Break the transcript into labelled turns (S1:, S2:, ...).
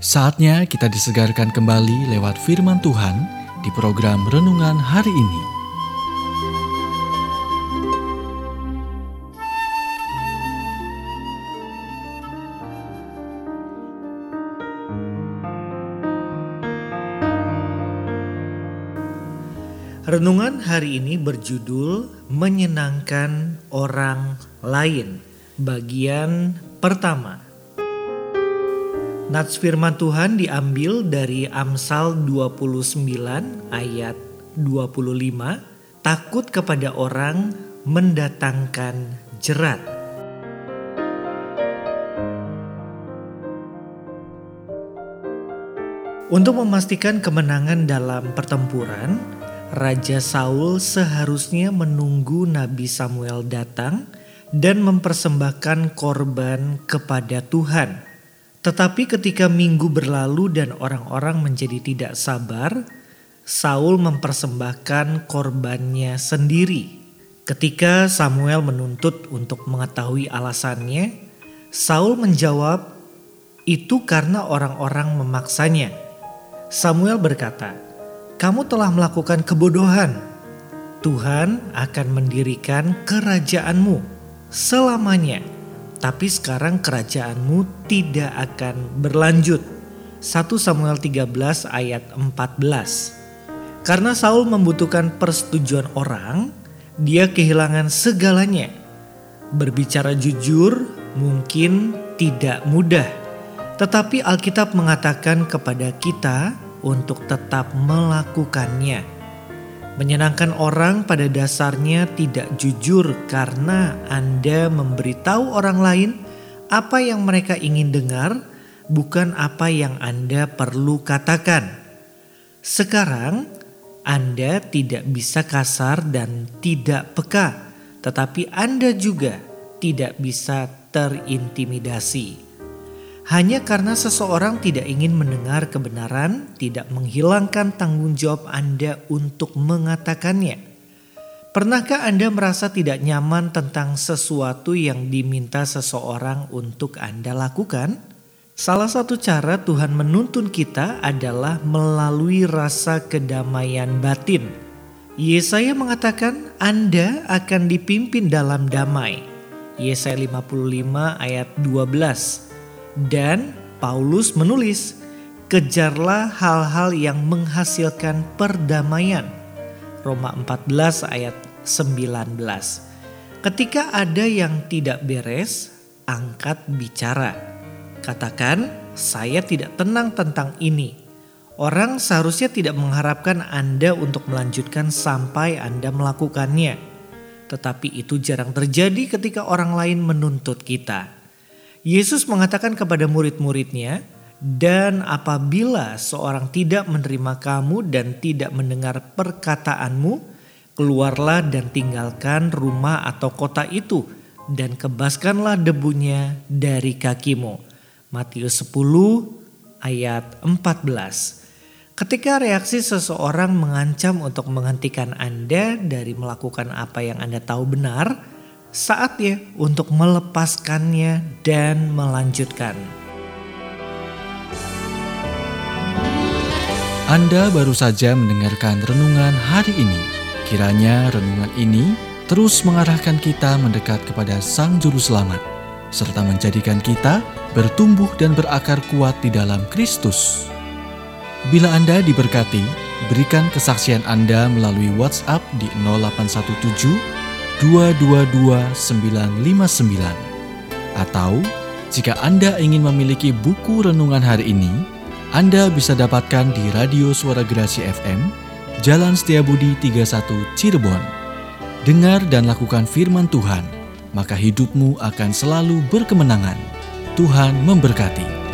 S1: Saatnya kita disegarkan kembali lewat firman Tuhan di program Renungan Hari ini.
S2: Renungan hari ini berjudul Menyenangkan Orang Lain, bagian pertama. Nats firman Tuhan diambil dari Amsal 29 ayat 25, takut kepada orang mendatangkan jerat. Untuk memastikan kemenangan dalam pertempuran, Raja Saul seharusnya menunggu Nabi Samuel datang dan mempersembahkan korban kepada Tuhan. Tetapi ketika minggu berlalu dan orang-orang menjadi tidak sabar, Saul mempersembahkan korbannya sendiri. Ketika Samuel menuntut untuk mengetahui alasannya, Saul menjawab, "Itu karena orang-orang memaksanya." Samuel berkata, "Kamu telah melakukan kebodohan. Tuhan akan mendirikan kerajaanmu selamanya. Tapi sekarang kerajaanmu tidak akan berlanjut." 1 Samuel 13 ayat 14. Karena Saul membutuhkan persetujuan orang, dia kehilangan segalanya. Berbicara jujur mungkin tidak mudah, tetapi Alkitab mengatakan kepada kita untuk tetap melakukannya. Menyenangkan orang pada dasarnya tidak jujur karena Anda memberitahu orang lain apa yang mereka ingin dengar, bukan apa yang Anda perlu katakan. Sekarang Anda tidak bisa kasar dan tidak peka, tetapi Anda juga tidak bisa terintimidasi. Hanya karena seseorang tidak ingin mendengar kebenaran, tidak menghilangkan tanggung jawab Anda untuk mengatakannya. Pernahkah Anda merasa tidak nyaman tentang sesuatu yang diminta seseorang untuk Anda lakukan? Salah satu cara Tuhan menuntun kita adalah melalui rasa kedamaian batin. Yesaya mengatakan Anda akan dipimpin dalam damai. Yesaya 55 ayat 12. Dan Paulus menulis, kejarlah hal-hal yang menghasilkan perdamaian. Roma 14 ayat 19. Ketika ada yang tidak beres, angkat bicara. Katakan, saya tidak tenang tentang ini. Orang seharusnya tidak mengharapkan Anda untuk melanjutkan sampai Anda melakukannya. Tetapi itu jarang terjadi ketika orang lain menuntut kita. Yesus mengatakan kepada murid-muridnya, "Dan apabila seorang tidak menerima kamu dan tidak mendengar perkataanmu, keluarlah dan tinggalkan rumah atau kota itu dan kebaskanlah debunya dari kakimu." Matius 10 ayat 14. Ketika reaksi seseorang mengancam untuk menghentikan Anda dari melakukan apa yang Anda tahu benar, saatnya untuk melepaskannya dan melanjutkan.
S1: Anda baru saja mendengarkan renungan hari ini. Kiranya renungan ini terus mengarahkan kita mendekat kepada Sang Juru Selamat, serta menjadikan kita bertumbuh dan berakar kuat di dalam Kristus. Bila Anda diberkati, berikan kesaksian Anda melalui WhatsApp di 0817 222-959. Atau jika Anda ingin memiliki buku renungan hari ini, Anda bisa dapatkan di Radio Suara Gerasi FM, Jalan Setiabudi 31 Cirebon. Dengar dan lakukan firman Tuhan, maka hidupmu akan selalu berkemenangan. Tuhan memberkati.